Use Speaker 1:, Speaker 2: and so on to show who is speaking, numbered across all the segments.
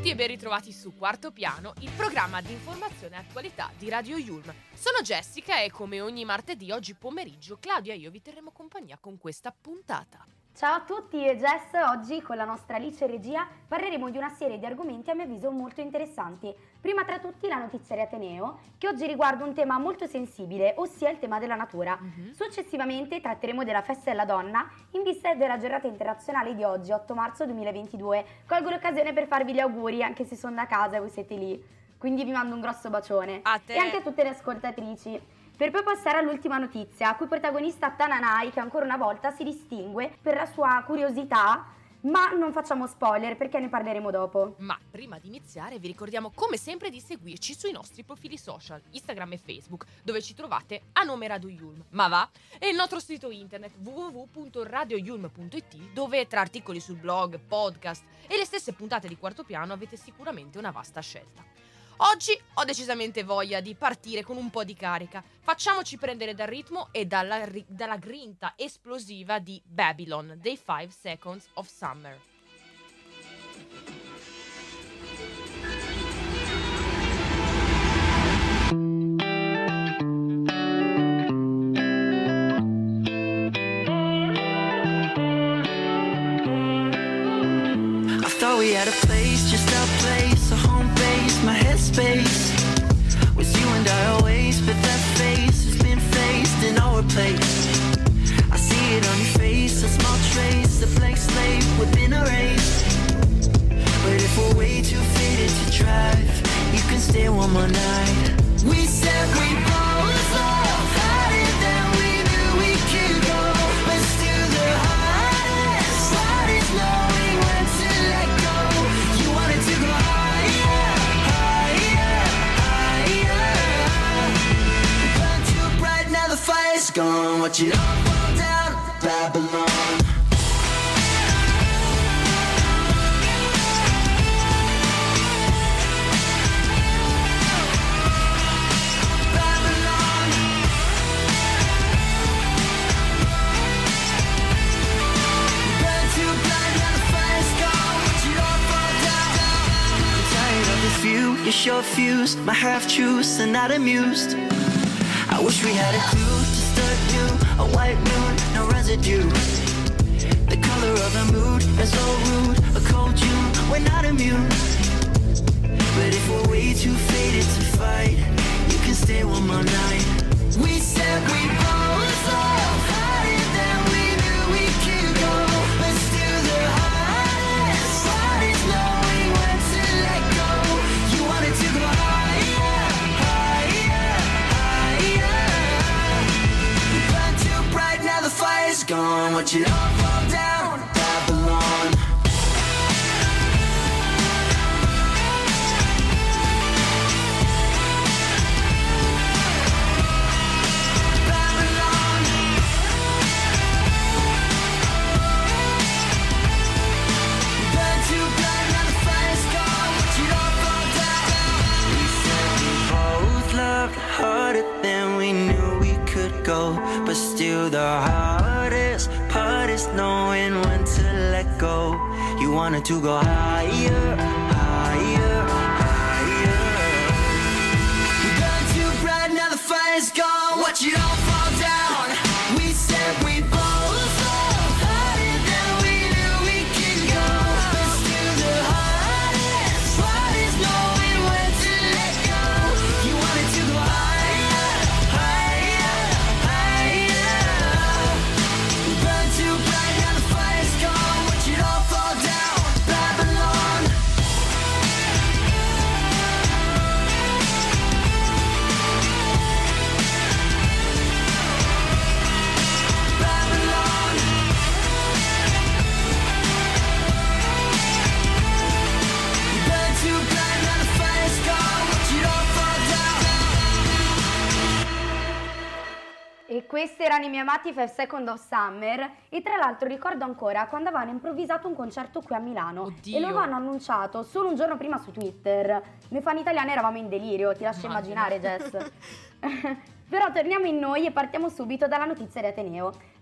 Speaker 1: benvenuti e ben ritrovati su Quarto Piano, il programma di informazione e attualità di Radio Yulm. Sono Jessica e come ogni martedì oggi pomeriggio Claudia e io vi terremo compagnia con questa puntata.
Speaker 2: Ciao a tutti e Jess, oggi con la nostra Alice Regia parleremo di una serie di argomenti a mio avviso molto interessanti. Prima tra tutti la notizia di Ateneo, che oggi riguarda un tema molto sensibile, ossia il tema della natura. Successivamente tratteremo della festa della donna in vista della giornata internazionale di oggi, 8 marzo 2022. Colgo l'occasione per farvi gli auguri, anche se sono da casa e voi siete lì. Quindi vi mando un grosso bacione.
Speaker 1: A te.
Speaker 2: E anche a tutte le ascoltatrici. Per poi passare all'ultima notizia, a cui protagonista Tananai, che ancora una volta si distingue per la sua curiosità, ma non facciamo spoiler perché ne parleremo dopo.
Speaker 1: Ma prima di iniziare vi ricordiamo come sempre di seguirci sui nostri profili social, Instagram e Facebook, dove ci trovate a nome Radio Yulm, ma va, e il nostro sito internet www.radioyulm.it, dove tra articoli sul blog, podcast e le stesse puntate di Quarto Piano avete sicuramente una vasta scelta. Oggi ho decisamente voglia di partire con un po' di carica. Facciamoci prendere dal ritmo e dalla grinta esplosiva di Babylon dei 5 Seconds of Summer.
Speaker 3: I thought we had a place, just a place, a home base, my headspace was you and I always, but that face has been faced in our place. I see it on your face, a small trace, a blank slate within a race. But if we're way too faded to drive, you can stay one more night. We said we both love harder than we knew we could go, but still the hardest part is knowing when to let go. You wanted to go higher, higher, higher. We burned too bright, now the fire's gone. Watch it all fall down, Babylon. You're short fused, my half-truths are not amused. I wish we had a clue to start new, a white moon, no residue. The color of the mood is all rude, a cold June, we're not immune. But if we're way too faded to fight, you can stay one more night. We said we both love harder than we knew we could go, but still the hardest part is knowing when to let go. You wanted to go higher, higher, higher. You burned too bright, now the fire's gone. Watch it all fall down, Babylon. Harder than we knew we could go, but still the hardest part is knowing when to let go. You wanted to go higher, higher, higher. We burned too bright, now the fire's gone. Watch it all fall down. We said we both love harder than we knew we could go, but still the hardest part is knowing when to let go. You wanted to go higher, higher, higher. We burned too bright, now the fire's gone. Watch it all fall down, Babylon. Babylon. We burned too bright, now the fire's gone. Watch it all fall down.
Speaker 2: E questi erano i miei amati 5 Seconds of Summer e tra l'altro ricordo ancora quando avevano improvvisato un concerto qui a Milano.
Speaker 1: Oddio.
Speaker 2: E lo avevano annunciato solo un giorno prima su Twitter. Noi fan italiani eravamo in delirio, ti lascio
Speaker 1: Immagino.
Speaker 2: immaginare Jess. Però torniamo in noi e partiamo subito dalla notizia di Ateneo.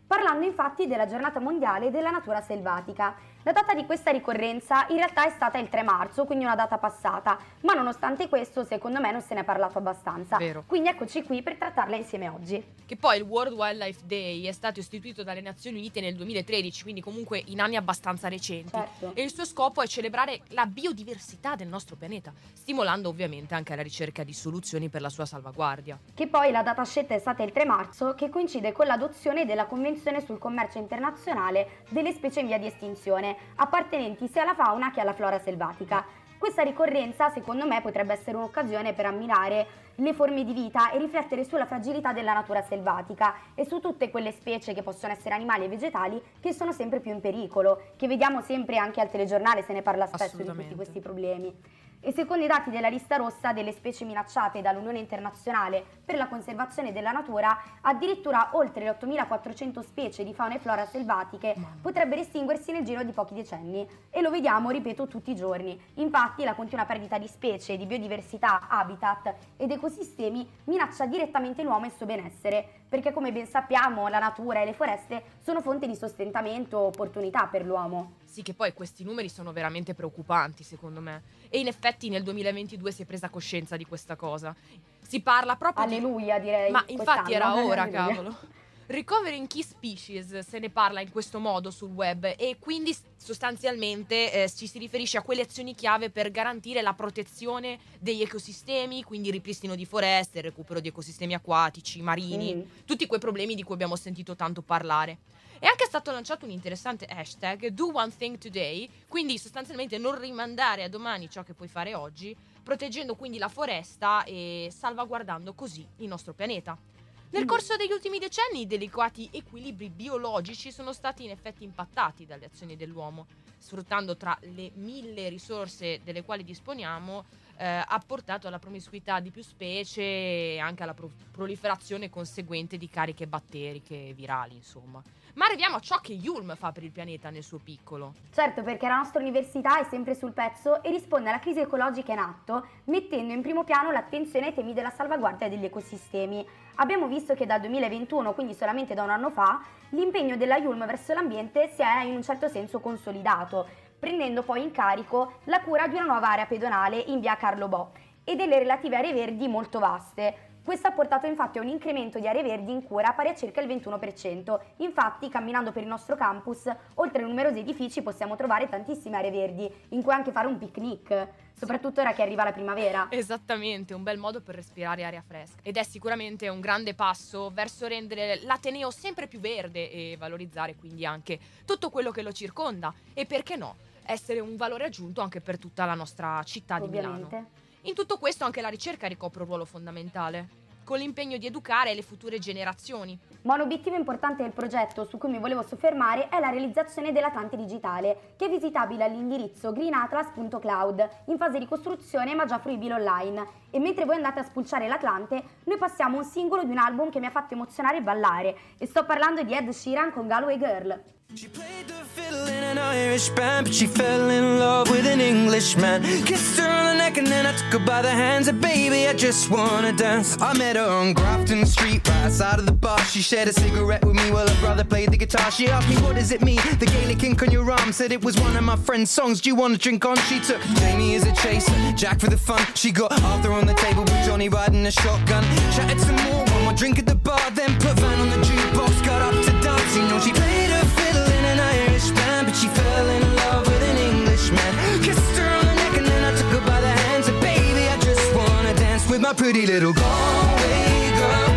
Speaker 2: parlando infatti della giornata mondiale della natura selvatica. La data di questa ricorrenza in realtà è stata il 3 marzo, quindi una data passata, ma nonostante questo secondo me non se ne è parlato abbastanza.
Speaker 1: Vero.
Speaker 2: Quindi eccoci qui per trattarla insieme oggi.
Speaker 1: Che poi il World Wildlife Day è stato istituito dalle Nazioni Unite nel 2013, quindi comunque in anni abbastanza recenti.
Speaker 2: Certo.
Speaker 1: E il suo scopo è celebrare la biodiversità del nostro pianeta, stimolando ovviamente anche la ricerca di soluzioni per la sua salvaguardia.
Speaker 2: Che poi la data scelta è stata il 3 marzo, che coincide con l'adozione della Convenzione sul commercio internazionale delle specie in via di estinzione, appartenenti sia alla fauna che alla flora selvatica. Questa ricorrenza, secondo me, potrebbe essere un'occasione per ammirare le forme di vita e riflettere sulla fragilità della natura selvatica e su tutte quelle specie che possono essere animali e vegetali che sono sempre più in pericolo, che vediamo sempre anche al telegiornale, se ne parla spesso di tutti questi problemi. E secondo i dati della lista rossa delle specie minacciate dall'Unione Internazionale per la conservazione della natura, addirittura oltre le 8.400 specie di fauna e flora selvatiche potrebbero estinguersi nel giro di pochi decenni. E lo vediamo, ripeto, tutti i giorni. Infatti la continua perdita di specie, di biodiversità, habitat ed ecosistemi minaccia direttamente l'uomo e il suo benessere, perché come ben sappiamo la natura e le foreste sono fonte di sostentamento, opportunità per l'uomo.
Speaker 1: Sì, che poi questi numeri sono veramente preoccupanti secondo me. E in effetti nel 2022 si è presa coscienza di questa cosa. Si parla proprio
Speaker 2: Alleluia, direi.
Speaker 1: Ma infatti era ora,
Speaker 2: Alleluia.
Speaker 1: cavolo. Recovering Key Species se ne parla in questo modo sul web e quindi sostanzialmente ci si riferisce a quelle azioni chiave per garantire la protezione degli ecosistemi, quindi ripristino di foreste, recupero di ecosistemi acquatici, marini, tutti quei problemi di cui abbiamo sentito tanto parlare. È anche stato lanciato un interessante hashtag, Do One Thing Today, quindi sostanzialmente non rimandare a domani ciò che puoi fare oggi, proteggendo quindi la foresta e salvaguardando così il nostro pianeta. Nel corso degli ultimi decenni i delicati equilibri biologici sono stati in effetti impattati dalle azioni dell'uomo, sfruttando tra le 1000 risorse delle quali disponiamo, ha portato alla promiscuità di più specie e anche alla proliferazione conseguente di cariche batteriche e virali, insomma. Ma arriviamo a ciò che Yulm fa per il pianeta nel suo piccolo.
Speaker 2: Certo, perché la nostra università è sempre sul pezzo e risponde alla crisi ecologica in atto, mettendo in primo piano l'attenzione ai temi della salvaguardia degli ecosistemi. Abbiamo visto che dal 2021, quindi solamente da un anno fa, l'impegno della Yulm verso l'ambiente si è in un certo senso consolidato, prendendo poi in carico la cura di una nuova area pedonale in via Carlo Bo e delle relative aree verdi molto vaste. Questo ha portato infatti a un incremento di aree verdi in cura pari a circa il 21%. Infatti, camminando per il nostro campus, oltre ai numerosi edifici possiamo trovare tantissime aree verdi, in cui anche fare un picnic, soprattutto ora che arriva la primavera.
Speaker 1: Esattamente, un bel modo per respirare aria fresca. Ed è sicuramente un grande passo verso rendere l'Ateneo sempre più verde e valorizzare quindi anche tutto quello che lo circonda. E perché no, essere un valore aggiunto anche per tutta la nostra città di Milano. In tutto questo anche la ricerca ricopre un ruolo fondamentale, con l'impegno di educare le future generazioni.
Speaker 2: Ma un obiettivo importante del progetto su cui mi volevo soffermare è la realizzazione dell'Atlante digitale, che è visitabile all'indirizzo greenatlas.cloud, in fase di costruzione ma già fruibile online. E mentre voi andate a spulciare l'Atlante, noi passiamo un singolo di un album che mi ha fatto emozionare e ballare, e sto parlando di Ed Sheeran con Galway Girl.
Speaker 3: She played the fiddle in an Irish band, but she fell in love with an Englishman. Kissed her on the neck and then I took her by the hands. And baby, I just wanna dance. I met her on Grafton Street, right outside of the bar. She shared a cigarette with me while her brother played the guitar. She asked me, what does it mean? The Gaelic ink on your arm. Said it was one of my friend's songs. Do you wanna drink on? She took Jamie as a chaser, Jack for the fun. She got Arthur on the table with Johnny riding a shotgun. Chatted some more, one more drink at the bar. Then put Van on the jukebox, got up to dance. You know she played her fiddle in an Irish band, but she fell in love with an Englishman. Kissed her on the neck and then I took her by the hands. And baby, I just wanna dance with my pretty little Galway girl.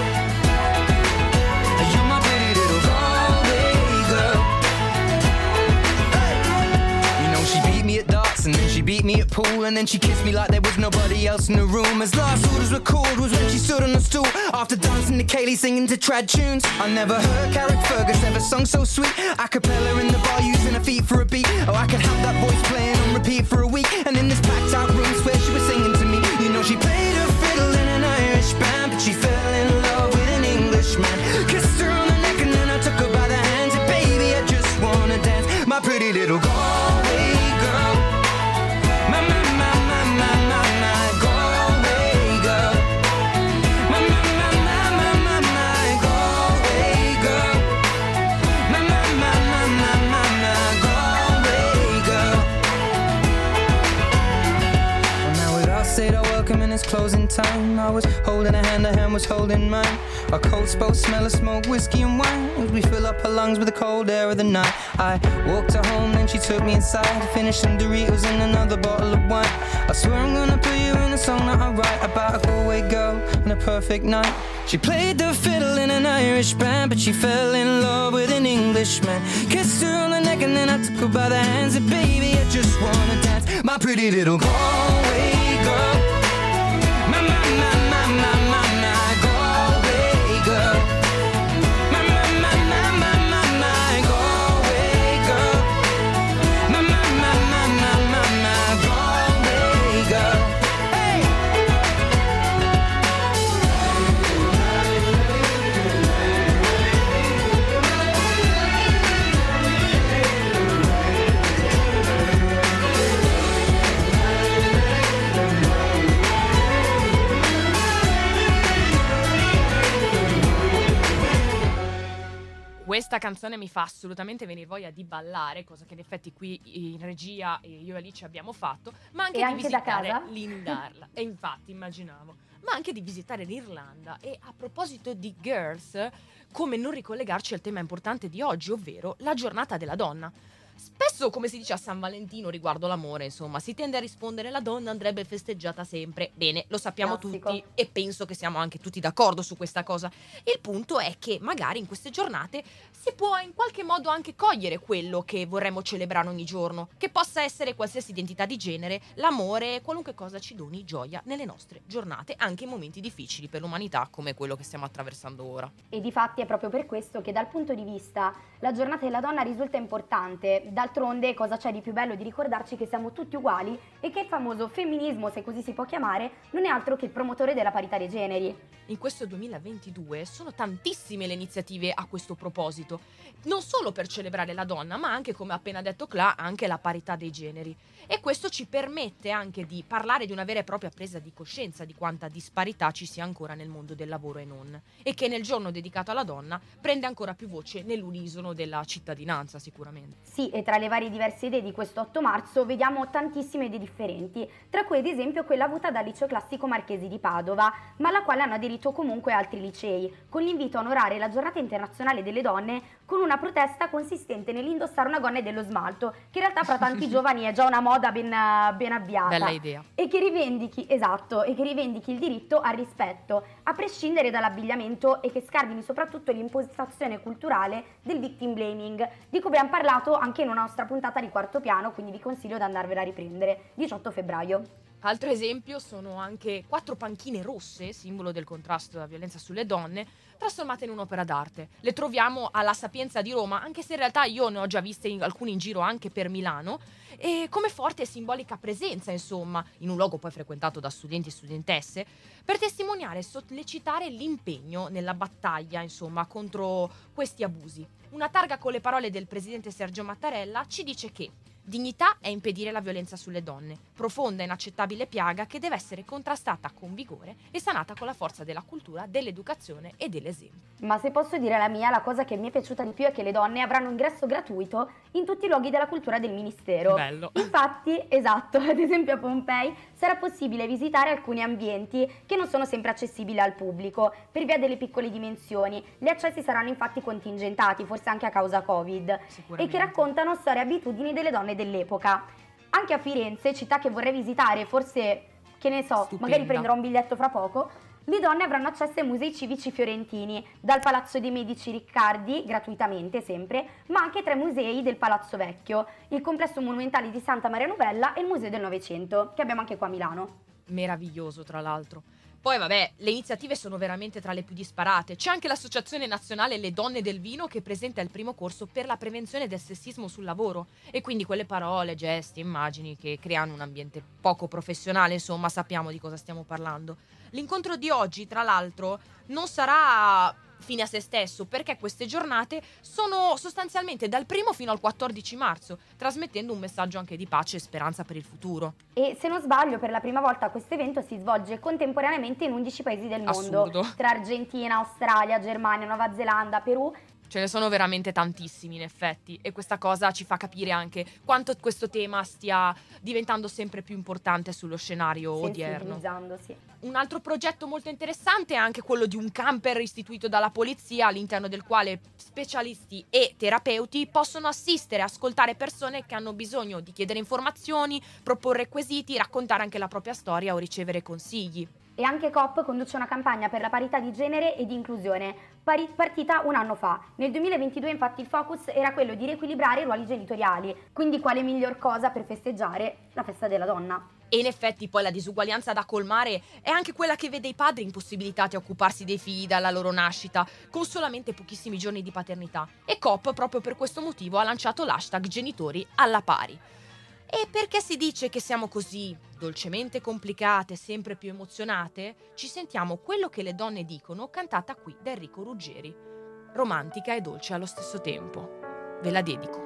Speaker 3: You're my pretty little Galway girl. Hey. You know she beat me at darts and then she beat me at pool, and then she kissed me like there was nobody else in the room. As last orders were called was when she stood on the stool after dancing to Kaylee singing to trad tunes. I never heard Carrickfergus ever sung so sweet. A cappella in the bar using her feet for a beat. Oh, I could have that voice playing on repeat for a week. And in this packed out room swear she was singing to me. You know she played her fiddle in an Irish band, but she fell in love with an Englishman. Kissed her on the neck and then I took her by the hands. And baby, I just wanna dance, my pretty little Galway girl. My Galway girl. My Galway girl.
Speaker 4: closing time. I was holding her hand was holding mine. Our coats both smell of smoke, whiskey and wine, as we fill up her lungs with the cold air of the night. I walked her home, then she took me inside, finished some Doritos and another bottle of wine. I swear I'm gonna put you in a song that I write about a Galway girl and a perfect night. She played the fiddle in an Irish band, but she fell in love with an Englishman. Kissed her on the neck and then I took her by the hands. And baby, I just wanna dance, my pretty little Galway girl. My, my, my, my, my, my, my Galway girl. My, my, my, my, my, my, my Galway girl. My, my, my, my, my, my, my Galway girl. Hey!
Speaker 1: Questa canzone mi fa assolutamente venire voglia di ballare, cosa che in effetti qui in regia io e Alice abbiamo fatto, ma anche
Speaker 2: E
Speaker 1: di
Speaker 2: anche da
Speaker 1: visitare
Speaker 2: casa?
Speaker 1: l'Indarla. E infatti immaginavo, ma anche di visitare l'Irlanda. E a proposito di girls, come non ricollegarci al tema importante di oggi, ovvero la giornata della donna. Spesso, come si dice a San Valentino riguardo l'amore, insomma, si tende a rispondere la donna andrebbe festeggiata sempre. Bene, lo sappiamo
Speaker 2: Classico.
Speaker 1: tutti e penso che siamo anche tutti d'accordo su questa cosa. Il punto è che magari in queste giornate si può in qualche modo anche cogliere quello che vorremmo celebrare ogni giorno, che possa essere qualsiasi identità di genere, l'amore, qualunque cosa ci doni gioia nelle nostre giornate, anche in momenti difficili per l'umanità come quello che stiamo attraversando ora.
Speaker 2: E difatti è proprio per questo che dal punto di vista la giornata della donna risulta importante. D'altronde cosa c'è di più bello di ricordarci che siamo tutti uguali e che il famoso femminismo, se così si può chiamare, non è altro che il promotore della parità dei generi.
Speaker 1: In questo 2022 sono tantissime le iniziative a questo proposito, non solo per celebrare la donna, ma anche, come ha appena detto Cla, anche la parità dei generi. E questo ci permette anche di parlare di una vera e propria presa di coscienza di quanta disparità ci sia ancora nel mondo del lavoro e non, e che nel giorno dedicato alla donna prende ancora più voce nell'unisono della cittadinanza sicuramente.
Speaker 2: Sì, e tra le varie diverse idee di questo 8 marzo vediamo tantissime idee differenti, tra cui ad esempio quella avuta dal liceo classico Marchesi di Padova, ma alla quale hanno aderito comunque altri licei, con l'invito a onorare la giornata internazionale delle donne con una protesta consistente nell'indossare una gonna e dello smalto, che in realtà fra tanti giovani è già una moda ben avviata.
Speaker 1: Bella idea.
Speaker 2: E che rivendichi il diritto al rispetto, a prescindere dall'abbigliamento, e che scardini soprattutto l'impostazione culturale del victim blaming, di cui abbiamo parlato anche in una nostra puntata di Quarto Piano, quindi vi consiglio di andarvela a riprendere, 18 febbraio.
Speaker 1: Altro esempio sono anche 4 panchine rosse, simbolo del contrasto alla violenza sulle donne, trasformate in un'opera d'arte. Le troviamo alla Sapienza di Roma, anche se in realtà io ne ho già viste alcune in giro anche per Milano, e come forte e simbolica presenza, insomma, in un luogo poi frequentato da studenti e studentesse, per testimoniare e sollecitare l'impegno nella battaglia, insomma, contro questi abusi. Una targa con le parole del presidente Sergio Mattarella ci dice che dignità è impedire la violenza sulle donne, profonda e inaccettabile piaga che deve essere contrastata con vigore e sanata con la forza della cultura, dell'educazione e dell'esempio.
Speaker 2: Ma se posso dire la mia, la cosa che mi è piaciuta di più è che le donne avranno ingresso gratuito in tutti i luoghi della cultura del Ministero.
Speaker 1: Bello.
Speaker 2: Infatti, esatto, ad esempio a Pompei sarà possibile visitare alcuni ambienti che non sono sempre accessibili al pubblico per via delle piccole dimensioni. Gli accessi saranno infatti contingentati, forse anche a causa Covid, e che raccontano storie e abitudini delle donne dell'epoca. Anche a Firenze, città che vorrei visitare, forse, che ne so,
Speaker 1: Stupenda.
Speaker 2: magari prenderò un biglietto fra poco, le donne avranno accesso ai musei civici fiorentini, dal Palazzo dei Medici Riccardi, gratuitamente sempre, ma anche 3 musei del Palazzo Vecchio, il complesso monumentale di Santa Maria Novella e il Museo del Novecento, che abbiamo anche qua a Milano.
Speaker 1: Meraviglioso, tra l'altro. Poi vabbè, le iniziative sono veramente tra le più disparate. C'è anche l'Associazione Nazionale Le Donne del Vino che presenta il primo corso per la prevenzione del sessismo sul lavoro, e quindi quelle parole, gesti, immagini che creano un ambiente poco professionale, insomma, sappiamo di cosa stiamo parlando. L'incontro di oggi, tra l'altro, non sarà fine a se stesso, perché queste giornate sono sostanzialmente dal 1 fino al 14 marzo, trasmettendo un messaggio anche di pace e speranza per il futuro.
Speaker 2: E se non sbaglio, per la prima volta questo evento si svolge contemporaneamente in 11 paesi del mondo,
Speaker 1: Assurdo.
Speaker 2: tra Argentina, Australia, Germania, Nuova Zelanda, Perù,
Speaker 1: Ce ne sono veramente tantissimi in effetti, e questa cosa ci fa capire anche quanto questo tema stia diventando sempre più importante sullo scenario odierno.
Speaker 2: Sensibilizzandosi.
Speaker 1: Un altro progetto molto interessante è anche quello di un camper istituito dalla polizia, all'interno del quale specialisti e terapeuti possono assistere e ascoltare persone che hanno bisogno di chiedere informazioni, proporre quesiti, raccontare anche la propria storia o ricevere consigli.
Speaker 2: E anche COP conduce una campagna per la parità di genere e di inclusione, partita un anno fa. Nel 2022 infatti il focus era quello di riequilibrare i ruoli genitoriali, quindi quale miglior cosa per festeggiare la festa della donna.
Speaker 1: E in effetti poi la disuguaglianza da colmare è anche quella che vede i padri impossibilitati a occuparsi dei figli dalla loro nascita, con solamente pochissimi giorni di paternità. E COP proprio per questo motivo ha lanciato l'hashtag genitori alla pari. E perché si dice che siamo così dolcemente complicate, sempre più emozionate, ci sentiamo quello che le donne dicono, cantata qui da Enrico Ruggeri. Romantica e dolce allo stesso tempo. Ve la dedico.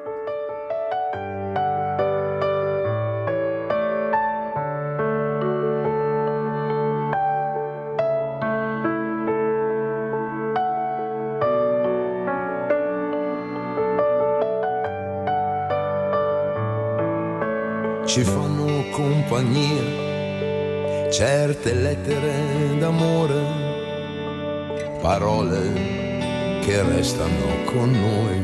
Speaker 5: Ci fanno compagnia certe lettere d'amore, parole che restano con noi,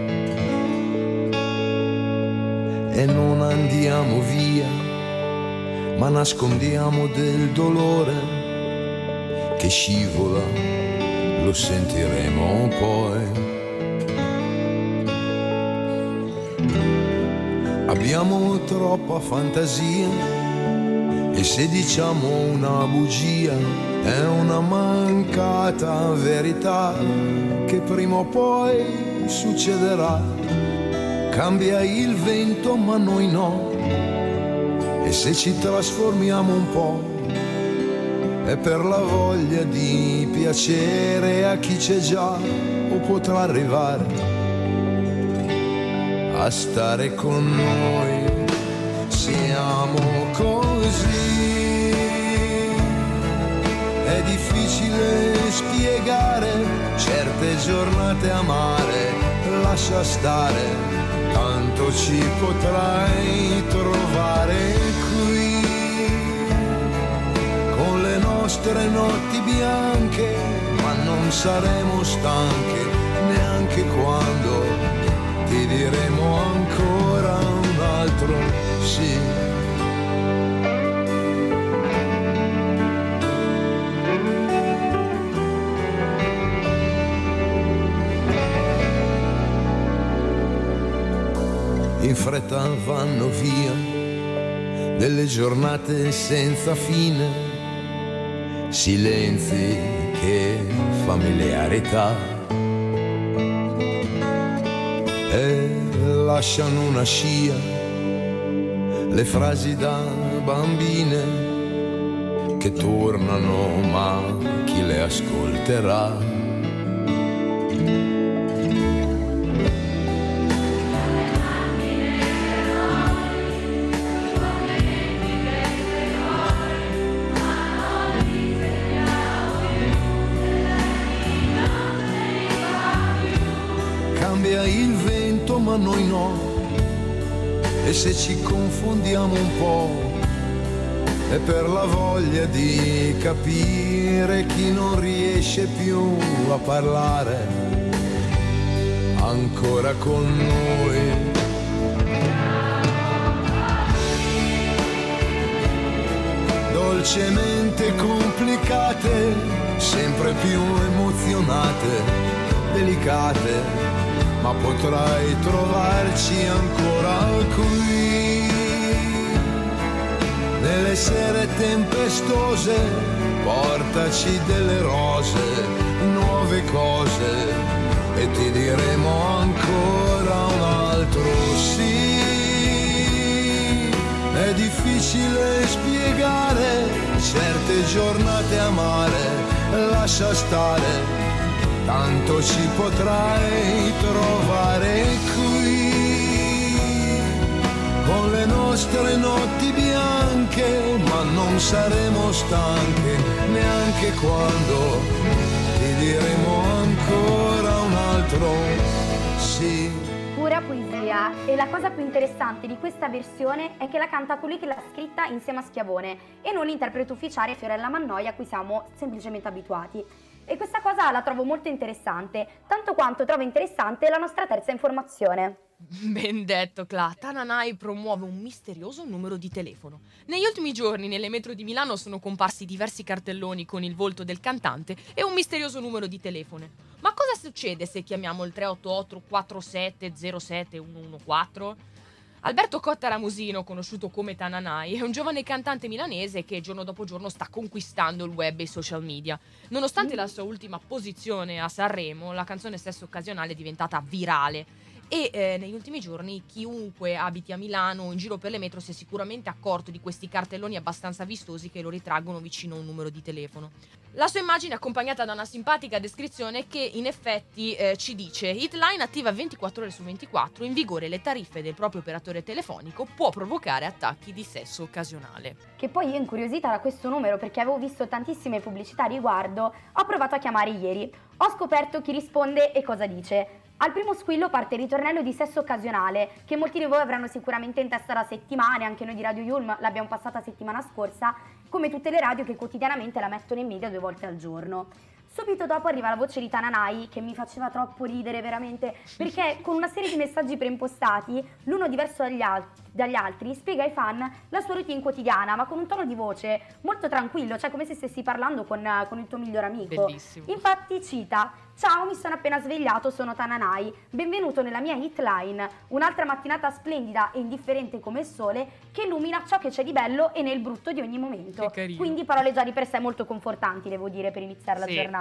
Speaker 5: e non andiamo via, ma nascondiamo del dolore che scivola, lo sentiremo poi. Abbiamo troppa fantasia e se diciamo una bugia è una mancata verità che prima o poi succederà. Cambia il vento ma noi no, e se ci trasformiamo un po' è per la voglia di piacere a chi c'è già o potrà arrivare a stare con noi. Siamo così, è difficile spiegare certe giornate amare, lascia stare, tanto ci potrai trovare qui, con le nostre notti bianche, ma non saremo stanche neanche quando ti diremo ancora un altro sì. In fretta vanno via delle giornate senza fine, silenzi che familiarità, e lasciano una scia le frasi da bambine che tornano, ma chi le ascolterà? Cambia il vento ma noi no, e se ci confondiamo un po' è per la voglia di capire chi non riesce più a parlare ancora con noi. Dolcemente complicate, sempre più emozionate, delicate, ma potrai trovarci ancora qui, nelle sere tempestose, portaci delle rose, nuove cose, e ti diremo ancora un altro sì. È difficile spiegare certe giornate amare, lascia stare, tanto ci potrai trovare qui, con le nostre notti bianche, ma non saremo stanche neanche quando ti diremo ancora un altro poesia.
Speaker 2: Pura poesia, e la cosa più interessante di questa versione è che la canta colui che l'ha scritta insieme a Schiavone e non l'interprete ufficiale Fiorella Mannoia a cui siamo semplicemente abituati. E questa cosa la trovo molto interessante, tanto quanto trovo interessante la nostra terza informazione.
Speaker 1: Ben detto, Cla. Tananai promuove un misterioso numero di telefono. Negli ultimi giorni nelle metro di Milano sono comparsi diversi cartelloni con il volto del cantante e un misterioso numero di telefono. Ma cosa succede se chiamiamo il 388 47 07 114? Alberto Cotta-Ramusino, conosciuto come Tananai, è un giovane cantante milanese che giorno dopo giorno sta conquistando il web e i social media. Nonostante la sua ultima posizione a Sanremo, la canzone Sesso Occasionale è diventata virale. E negli ultimi giorni chiunque abiti a Milano o in giro per le metro si è sicuramente accorto di questi cartelloni abbastanza vistosi che lo ritraggono vicino a un numero di telefono. La sua immagine è accompagnata da una simpatica descrizione che in effetti ci dice: Hitline attiva 24 ore su 24, in vigore le tariffe del proprio operatore telefonico, può provocare attacchi di sesso occasionale.
Speaker 2: Che poi io incuriosita da questo numero perché avevo visto tantissime pubblicità a riguardo, ho provato a chiamare ieri. Ho scoperto chi risponde e cosa dice. Al primo squillo parte il ritornello di Sesso Occasionale, che molti di voi avranno sicuramente in testa da settimane, anche noi di Radio Yulm l'abbiamo passata settimana scorsa, come tutte le radio che quotidianamente la mettono in media 2 volte al giorno. Subito dopo arriva la voce di Tananai, che mi faceva troppo ridere veramente, perché con una serie di messaggi preimpostati, l'uno diverso dagli altri, spiega ai fan la sua routine quotidiana, ma con un tono di voce molto tranquillo, cioè come se stessi parlando con il tuo migliore amico.
Speaker 1: Bellissimo.
Speaker 2: Infatti cita: ciao, mi sono appena svegliato, sono Tananai, benvenuto nella mia Hitline, un'altra mattinata splendida e indifferente come il sole che illumina ciò che c'è di bello e nel brutto di ogni momento.
Speaker 1: Che carino.
Speaker 2: Quindi parole già di per sé molto confortanti, devo dire, per iniziare la
Speaker 1: Sì.
Speaker 2: giornata.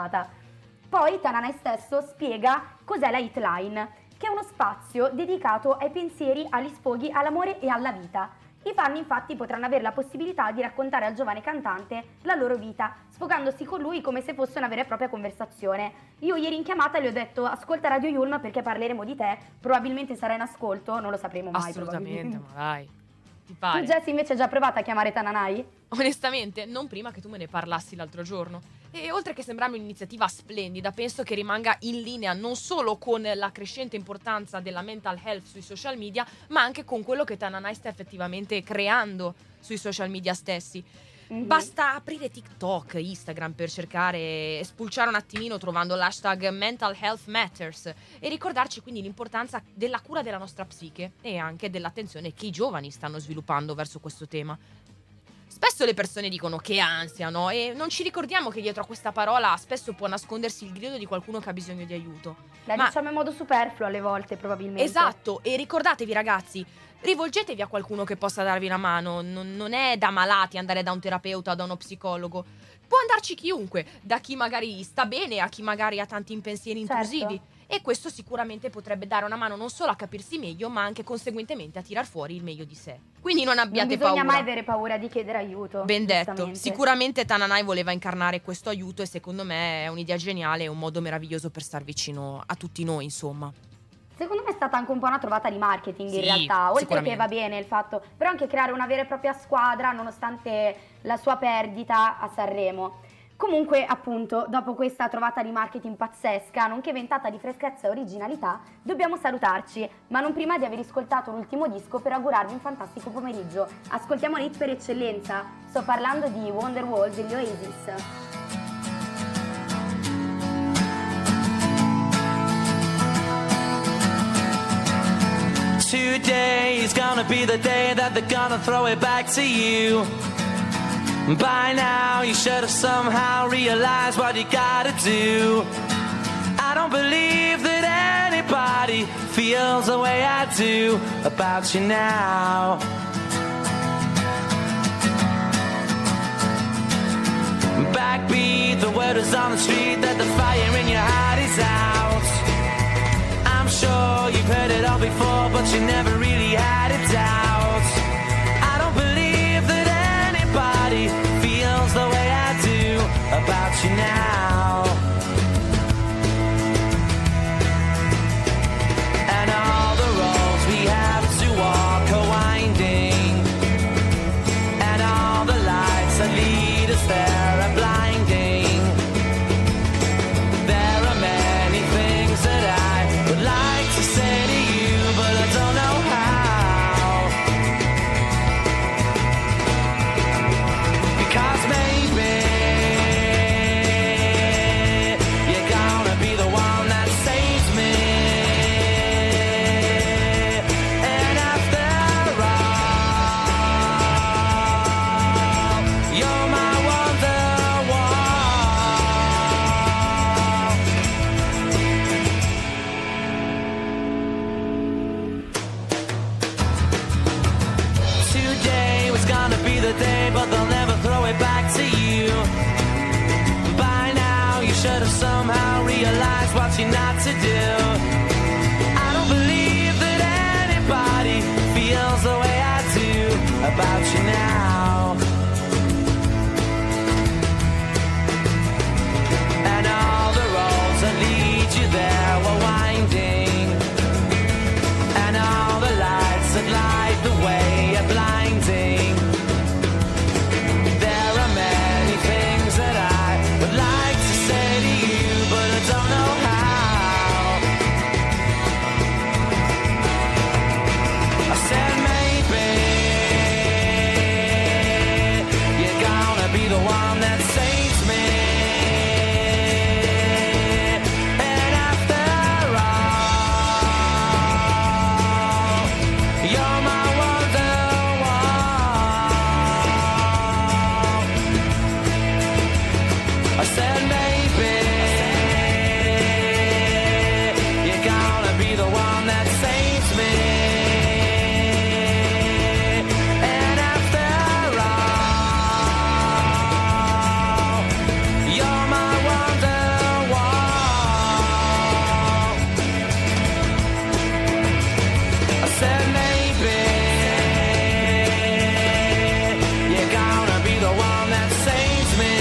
Speaker 2: Poi Tananai stesso spiega cos'è la Hitline, che è uno spazio dedicato ai pensieri, agli sfoghi, all'amore e alla vita. I fan infatti potranno avere la possibilità di raccontare al giovane cantante la loro vita, sfogandosi con lui come se fosse una vera e propria conversazione. Io ieri in chiamata gli ho detto: ascolta Radio Yulm perché parleremo di te, probabilmente sarai in ascolto, non lo sapremo mai.
Speaker 1: Assolutamente, ma dai. Ti
Speaker 2: Tu
Speaker 1: pare?
Speaker 2: Jess invece hai già provato a chiamare Tananai?
Speaker 1: Onestamente, non prima che tu me ne parlassi l'altro giorno. E oltre che sembrarmi un'iniziativa splendida, penso che rimanga in linea non solo con la crescente importanza della mental health sui social media, ma anche con quello che Tananai sta effettivamente creando sui social media stessi. Basta aprire TikTok, Instagram per cercare e spulciare un attimino trovando l'hashtag Mental Health Matters e ricordarci quindi l'importanza della cura della nostra psiche e anche dell'attenzione che i giovani stanno sviluppando verso questo tema. Spesso le persone dicono che ansia, no? E non ci ricordiamo che dietro a questa parola spesso può nascondersi il grido di qualcuno che ha bisogno di aiuto.
Speaker 2: La diciamo in modo superfluo alle volte, probabilmente.
Speaker 1: Esatto, e ricordatevi ragazzi, rivolgetevi a qualcuno che possa darvi una mano, non è da malati andare da un terapeuta o da uno psicologo. Può andarci chiunque, da chi magari sta bene a chi magari ha tanti pensieri intrusivi.
Speaker 2: Certo.
Speaker 1: E questo sicuramente potrebbe dare una mano non solo a capirsi meglio, ma anche conseguentemente a tirar fuori il meglio di sé. Quindi non abbiate paura.
Speaker 2: Non bisogna mai avere paura di chiedere aiuto.
Speaker 1: Ben detto,
Speaker 2: giustamente.
Speaker 1: sicuramente Tananai voleva incarnare questo aiuto e secondo me è un'idea geniale, è un modo meraviglioso per star vicino a tutti noi, insomma.
Speaker 2: Secondo me è stata anche un po' una trovata di marketing
Speaker 1: Sì,
Speaker 2: in realtà, oltre
Speaker 1: sicuramente.
Speaker 2: che va bene il fatto, però anche creare una vera e propria squadra nonostante la sua perdita a Sanremo. Comunque, appunto, dopo questa trovata di marketing pazzesca, nonché ventata di freschezza e originalità, dobbiamo salutarci, ma non prima di aver ascoltato l'ultimo disco per augurarvi un fantastico pomeriggio. Ascoltiamo l'hit per eccellenza, sto parlando di Wonderwall degli Oasis.
Speaker 3: Today is gonna be the day that they're gonna throw it back to you. By now you should have somehow realized what you gotta do. I don't believe that anybody feels the way I do about you now. Backbeat, the word is on the street that the fire in your heart is out. I'm sure you've heard it all before, but you never really had a doubt. I don't believe that anybody feels the way I do about you now. And all the roads we have to walk are winding, and all the lights that lead us there are blinding. There are many things that I would like to say, day, but they'll never throw it back to you. By now, you should have somehow realized what you're not to do. I don't believe that anybody feels the way I do about you now. And all the roads that lead you there were winding, and all the lights that light the way are blinding. There are many things that I would like to say to you, but I don't know how. I said maybe you're gonna be the one that saves me. And after all, you're my I said maybe you're gonna be the one that saves me. And after all, you're my wonderwall. I said maybe you're gonna be the one that saves me.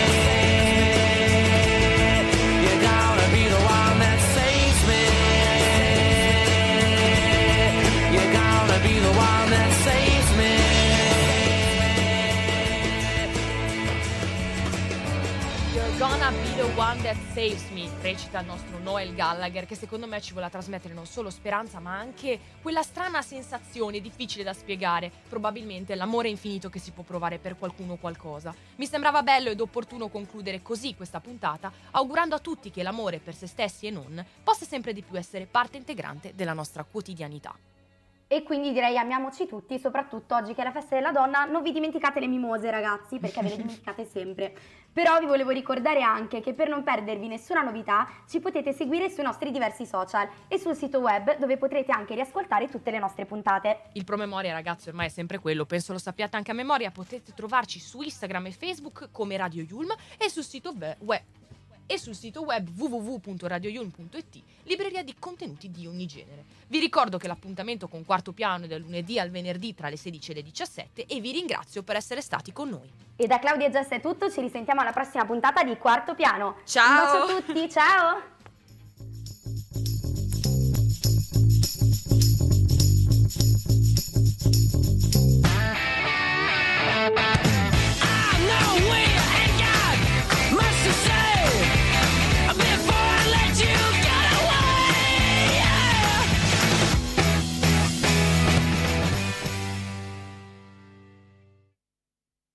Speaker 1: Gonna be the one that saves me, recita il nostro Noel Gallagher, che secondo me ci vuole trasmettere non solo speranza ma anche quella strana sensazione difficile da spiegare, probabilmente l'amore infinito che si può provare per qualcuno o qualcosa. Mi sembrava bello ed opportuno concludere così questa puntata, augurando a tutti che l'amore per se stessi e non possa sempre di più essere parte integrante della nostra quotidianità.
Speaker 2: E quindi direi amiamoci tutti, soprattutto oggi che è la festa della donna. Non vi dimenticate le mimose, ragazzi, perché ve le dimenticate sempre. Però vi volevo ricordare anche che per non perdervi nessuna novità ci potete seguire sui nostri diversi social e sul sito web, dove potrete anche riascoltare tutte le nostre puntate.
Speaker 1: Il promemoria, ragazzi, ormai è sempre quello, penso lo sappiate anche a memoria. Potete trovarci su Instagram e Facebook come Radio Yulm e sul sito web www.radioyulm.it, libreria di contenuti di ogni genere. Vi ricordo che l'appuntamento con Quarto Piano è dal lunedì al venerdì tra le 16 e le 17 e vi ringrazio per essere stati con noi.
Speaker 2: E da Claudia e Jess è tutto, ci risentiamo alla prossima puntata di Quarto Piano.
Speaker 1: Ciao!
Speaker 2: Un bacio a tutti, ciao!